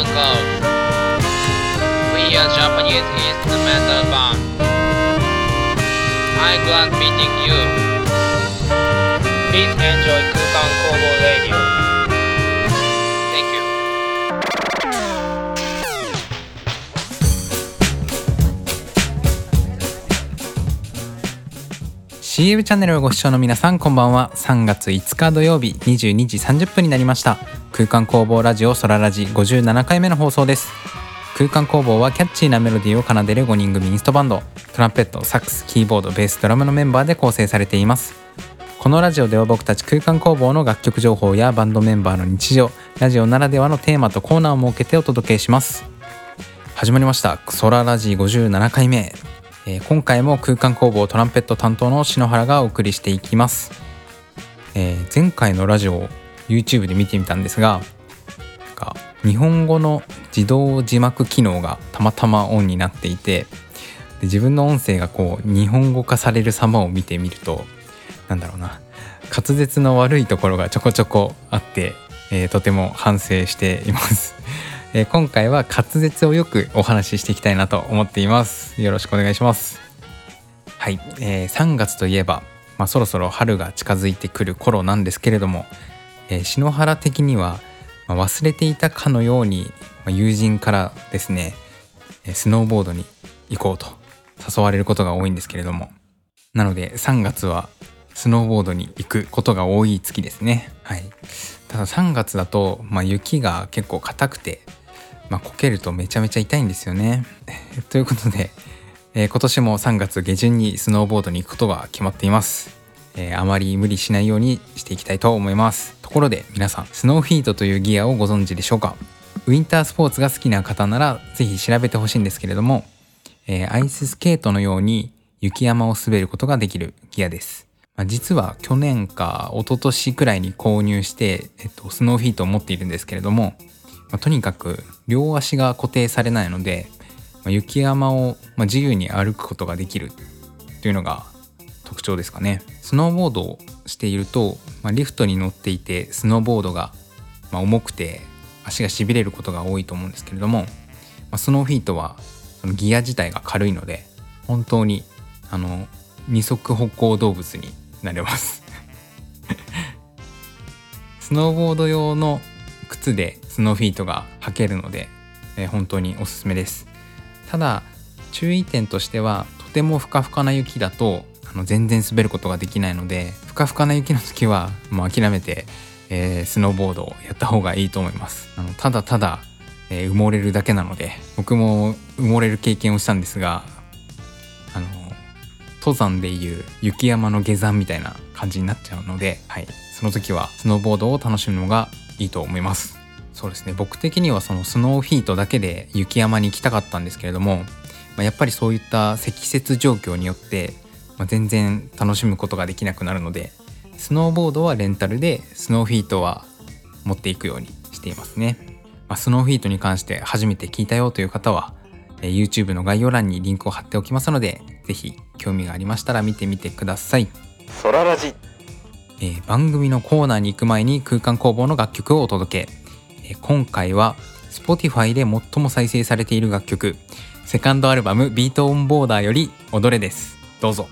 Goes. We are Japanese instrumental band. I'm glad meeting you. Please enjoy 空間工房 Radio. Thank you. CM チャンネルをご視聴の皆さんこんばんは。3月5日土曜日22時30分になりました。空間工房ラジオソララジ57回目の放送です。空間工房はキャッチーなメロディーを奏でる5人組インストバンド、トランペット、サックス、キーボード、ベース、ドラムのメンバーで構成されています。このラジオでは僕たち空間工房の楽曲情報やバンドメンバーの日常、ラジオならではのテーマとコーナーを設けてお届けします。始まりましたソララジ57回目。今回も空間工房トランペット担当の篠原がお送りしていきます。前回のラジオを YouTube で見てみたんですが、日本語の自動字幕機能がたまたまオンになっていて、で自分の音声がこう日本語化される様を見てみると、滑舌の悪いところがちょこちょこあって、とても反省しています。今回は滑舌をよくお話ししていきたいなと思っています。よろしくお願いします。はい、3月といえば、そろそろ春が近づいてくる頃なんですけれども、篠原的には、忘れていたかのように、友人からですね、スノーボードに行こうと誘われることが多いんですけれども、なので3月はスノーボードに行くことが多い月ですね。はい、ただ3月だと、雪が結構硬くて、こけるとめちゃめちゃ痛いんですよね。ということで、今年も3月下旬にスノーボードに行くことが決まっています。あまり無理しないようにしていきたいと思います。ところで皆さん、スノーフィートというギアをご存知でしょうか？ウィンタースポーツが好きな方ならぜひ調べてほしいんですけれども、アイススケートのように雪山を滑ることができるギアです。実は去年か一昨年くらいに購入して、スノーフィートを持っているんですけれども、とにかく両足が固定されないので、雪山を自由に歩くことができるというのが特徴ですかね。スノーボードをしていると、リフトに乗っていてスノーボードが重くて足がしびれることが多いと思うんですけれども、スノーフィートはギア自体が軽いので本当に二足歩行動物になれますスノーボード用の靴でスノーフィートが履けるので、本当におすすめです。ただ注意点としては、とてもふかふかな雪だと全然滑ることができないので、ふかふかな雪の時はもう諦めて、スノーボードをやった方がいいと思います。ただただ、埋もれるだけなので、僕も埋もれる経験をしたんですが、登山でいう雪山の下山みたいな感じになっちゃうので、その時はスノーボードを楽しむのがいいと思います。そうですね、僕的にはそのスノーフィートだけで雪山に行きたかったんですけれども、やっぱりそういった積雪状況によって、全然楽しむことができなくなるので、スノーボードはレンタルでスノーフィートは持っていくようにしていますね。スノーフィートに関して初めて聞いたよという方は、YouTube の概要欄にリンクを貼っておきますので、ぜひ興味がありましたら見てみてください。 ソララジ、 番組のコーナーに行く前に空間工房の楽曲をお届け。今回は Spotify で最も再生されている楽曲、セカンドアルバムビートオンボーダーより踊れです。どうぞ。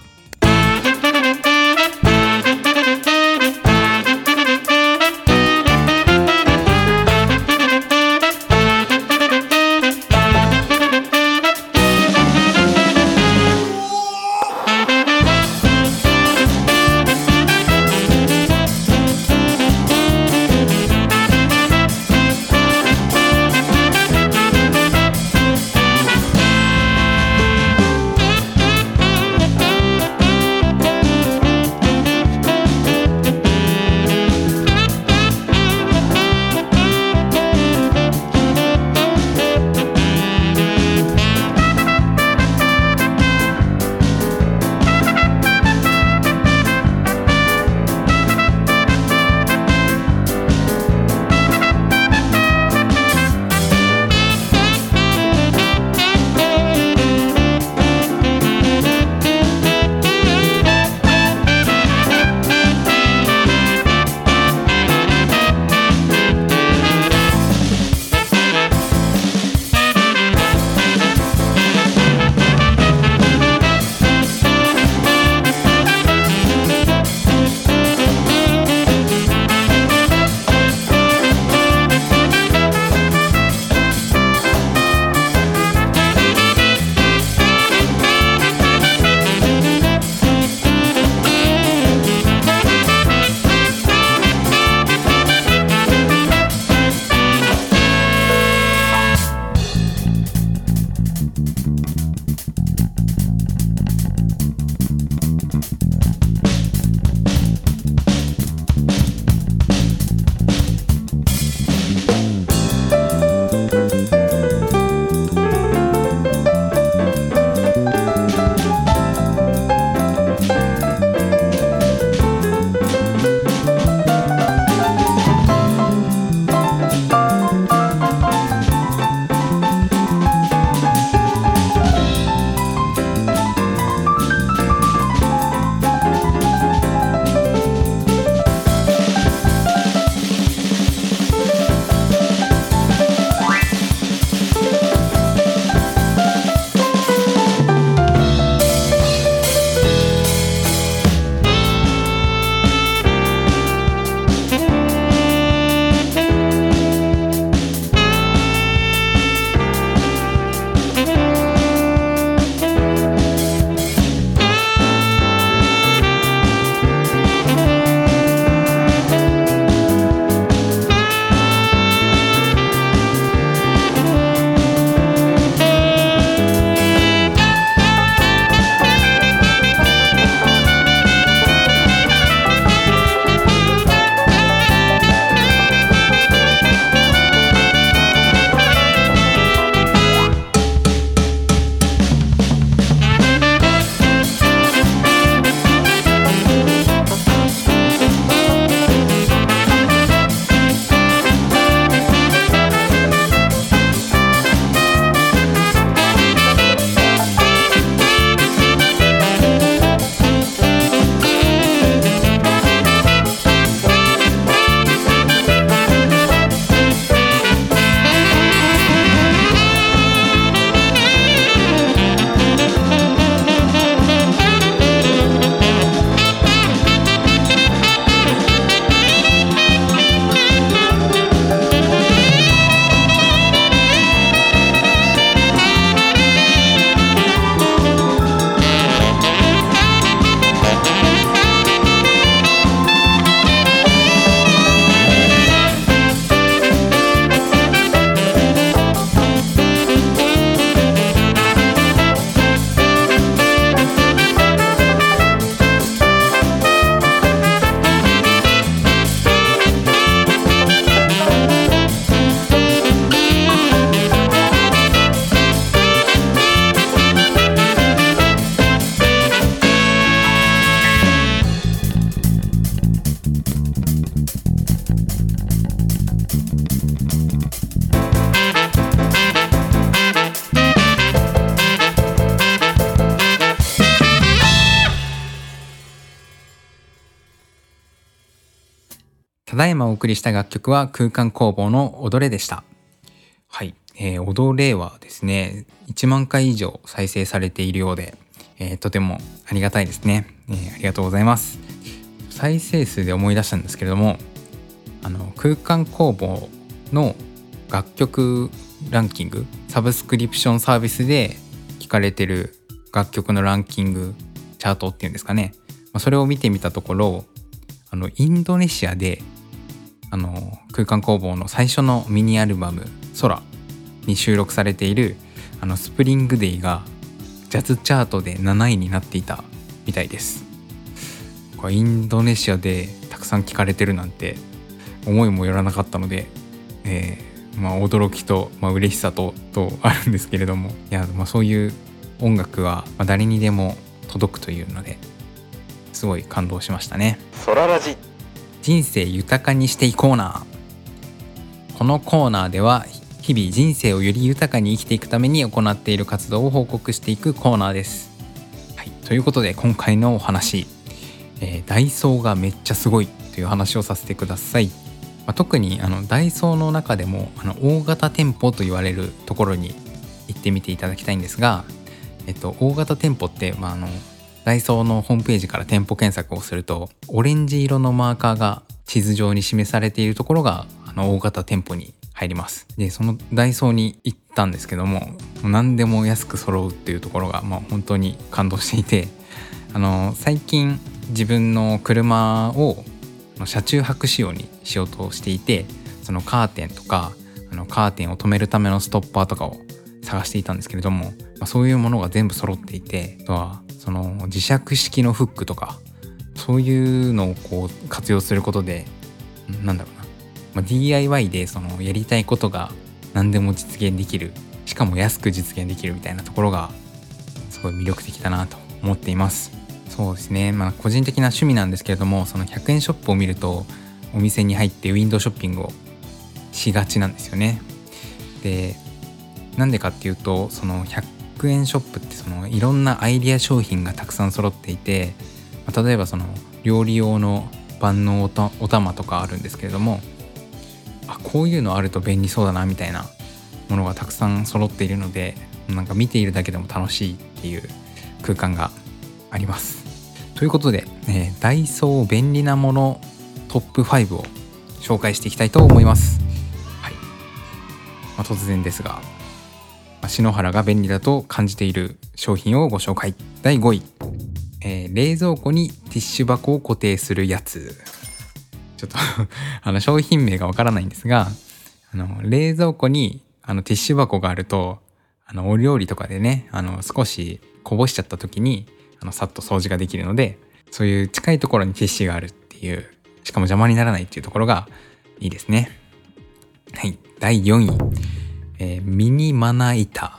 ただいまお送りした楽曲は空間工房の踊れでした。はい、踊れはですね1万回以上再生されているようで、とてもありがたいですね、ありがとうございます。再生数で思い出したんですけれども、空間工房の楽曲ランキング、サブスクリプションサービスで聞かれてる楽曲のランキングチャートっていうんですかね、それを見てみたところ、インドネシアで空間工房の最初のミニアルバム空に収録されているスプリングデイがジャズチャートで7位になっていたみたいです。これインドネシアでたくさん聞かれてるなんて思いもよらなかったので、驚きと、嬉しさとあるんですけれども、いや、そういう音楽は誰にでも届くというのですごい感動しましたね。 ソララジ人生豊かにしていこうな。このコーナーでは日々人生をより豊かに生きていくために行っている活動を報告していくコーナーです。はい、ということで今回のお話、ダイソーがめっちゃすごいという話をさせてください。特にダイソーの中でも大型店舗と言われるところに行ってみていただきたいんですが、大型店舗って、ダイソーのホームページから店舗検索をするとオレンジ色のマーカーが地図上に示されているところが大型店舗に入ります。でそのダイソーに行ったんですけども、何でも安く揃うっていうところが、本当に感動していて、最近自分の車を車中泊仕様にしようとしていて、そのカーテンとかカーテンを止めるためのストッパーとかを探していたんですけれども、そういうものが全部揃っていて、あとはその磁石式のフックとかそういうのをこう活用することで、DIY でそのやりたいことが何でも実現できる、しかも安く実現できるみたいなところがすごい魅力的だなと思っています。そうですね、個人的な趣味なんですけれども、その100円ショップを見るとお店に入ってウィンドウショッピングをしがちなんですよね。でなんでかっていうと、その100円ショップってそのいろんなアイデア商品がたくさん揃っていて、例えばその料理用の万能お玉とかあるんですけれども、こういうのあると便利そうだなみたいなものがたくさん揃っているので、見ているだけでも楽しいっていう空間があります。ということで、ダイソー便利なものトップ5を紹介していきたいと思います。はい、突然ですが、篠原が便利だと感じている商品をご紹介。第5位、冷蔵庫にティッシュ箱を固定するやつ。ちょっと商品名がわからないんですが、冷蔵庫にティッシュ箱があるとお料理とかでね少しこぼしちゃった時にさっと掃除ができるので、そういう近いところにティッシュがあるっていう、しかも邪魔にならないっていうところがいいですね。はい、第4位、ミニまな板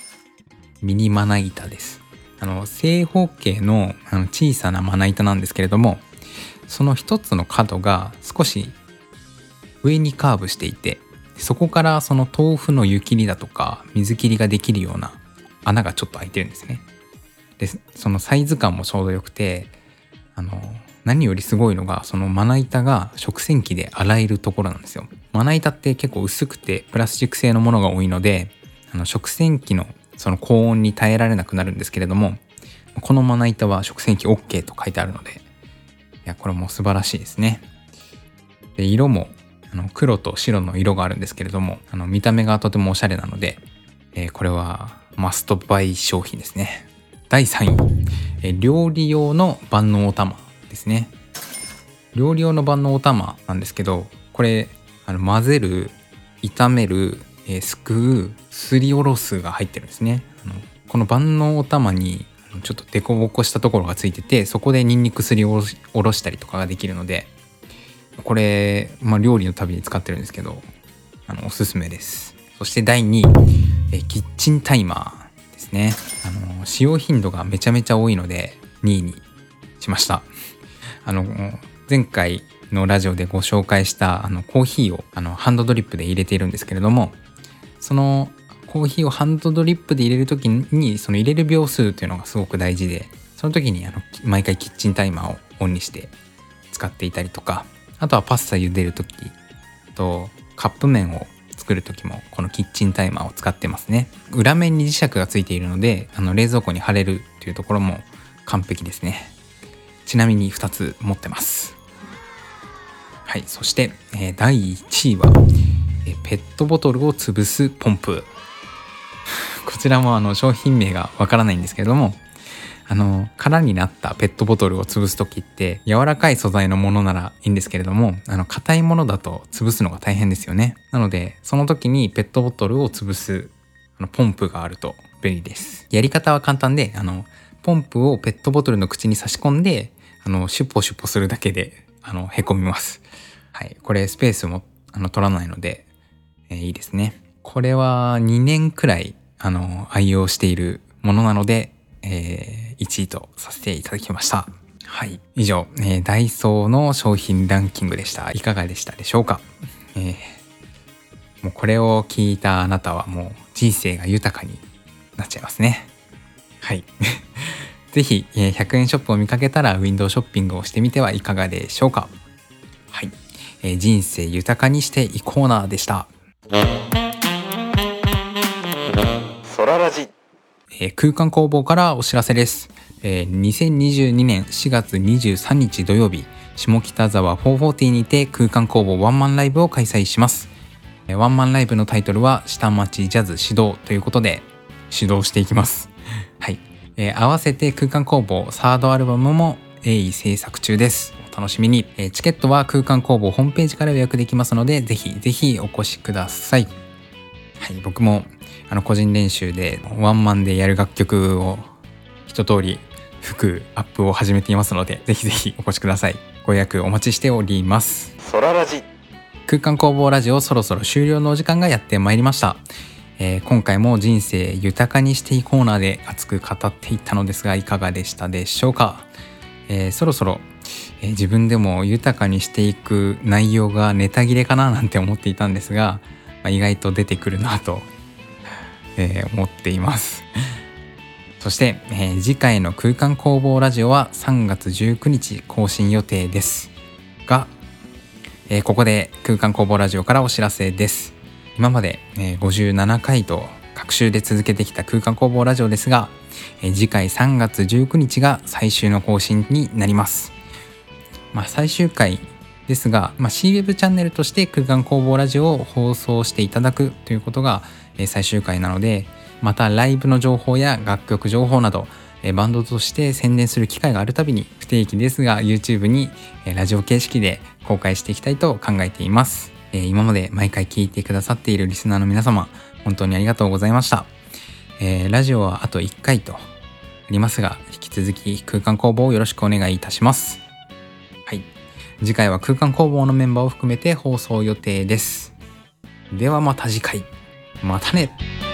です。正方形の小さなまな板なんですけれども、その一つの角が少し上にカーブしていて、そこからその豆腐の湯切りだとか水切りができるような穴がちょっと開いてるんですね。でそのサイズ感もちょうどよくて、何よりすごいのがそのまな板が食洗機で洗えるところなんですよ。まな板って結構薄くてプラスチック製のものが多いので、食洗機のその高温に耐えられなくなるんですけれども、このまな板は食洗機 OK と書いてあるので、いやこれも素晴らしいですね。で色も黒と白の色があるんですけれども、見た目がとてもおしゃれなので、これはマストバイ商品ですね。第3位、料理用の万能お玉ですね。料理用の万能お玉なんですけど、これ混ぜる、炒める、すくう、すりおろすが入ってるんですね。この万能お玉にちょっとデコボコしたところがついてて、そこでニンニクすりおろしたりとかができるので、これ、料理のたびに使ってるんですけどおすすめです。そして第2位、キッチンタイマーですね。使用頻度がめちゃめちゃ多いので2位にしました。前回のラジオでご紹介したコーヒーをハンドドリップで入れているんですけれども、そのコーヒーをハンドドリップで入れるときにその入れる秒数っていうのがすごく大事で、その時に毎回キッチンタイマーをオンにして使っていたりとか、 あとはパスタ茹でる時とカップ麺を作る時もこのキッチンタイマーを使ってますね。裏面に磁石がついているので冷蔵庫に貼れるというところも完璧ですね。ちなみに2つ持ってます。はい、そして、第1位は、ペットボトルを潰すポンプ。こちらも商品名がわからないんですけれども、空になったペットボトルを潰す時って柔らかい素材のものならいいんですけれども、硬いものだと潰すのが大変ですよね。なのでその時にペットボトルを潰すポンプがあると便利です。やり方は簡単で、ポンプをペットボトルの口に差し込んでシュッポシュッポするだけでへこみます。はい、これスペースも取らないので、いいですね。これは2年くらい愛用しているものなので、1位とさせていただきました。はい、以上、ダイソーの商品ランキングでした。いかがでしたでしょうか。もうこれを聞いたあなたはもう人生が豊かになっちゃいますね。はいぜひ100円ショップを見かけたらウィンドウショッピングをしてみてはいかがでしょうか。はい、人生豊かにしていこうなでした。 ソララジ。 空間工房からお知らせです。2022年4月23日土曜日、下北沢440にて空間工房ワンマンライブを開催します。ワンマンライブのタイトルは下町ジャズ指導ということで指導していきます。はい、合わせて空間工房サードアルバムも鋭意制作中です。お楽しみに。チケットは空間工房ホームページから予約できますので、ぜひぜひお越しください。はい、僕も個人練習でワンマンでやる楽曲を一通り吹くアップを始めていますので、ぜひぜひお越しください。ご予約お待ちしております。 ソララジ。 空間工房ラジオ、そろそろ終了のお時間がやってまいりました。今回も人生豊かにしていこうなで熱く語っていったのですが、いかがでしたでしょうか。そろそろ、自分でも豊かにしていく内容がネタ切れかななんて思っていたんですが、意外と出てくるなと、思っていますそして、次回の空間工房ラジオは3月19日更新予定ですが、ここで空間工房ラジオからお知らせです。今まで、57回と各週で続けてきた空間工房ラジオですが、次回3月19日が最終の更新になります。最終回ですが、CWeb チャンネルとして空間工房ラジオを放送していただくということが最終回なので、またライブの情報や楽曲情報などバンドとして宣伝する機会があるたびに不定期ですが YouTube にラジオ形式で公開していきたいと考えています。今まで毎回聞いてくださっているリスナーの皆様、本当にありがとうございました。ラジオはあと1回とありますが、引き続き空間工房をよろしくお願いいたします。はい、次回は空間工房のメンバーを含めて放送予定です。ではまた次回。またね。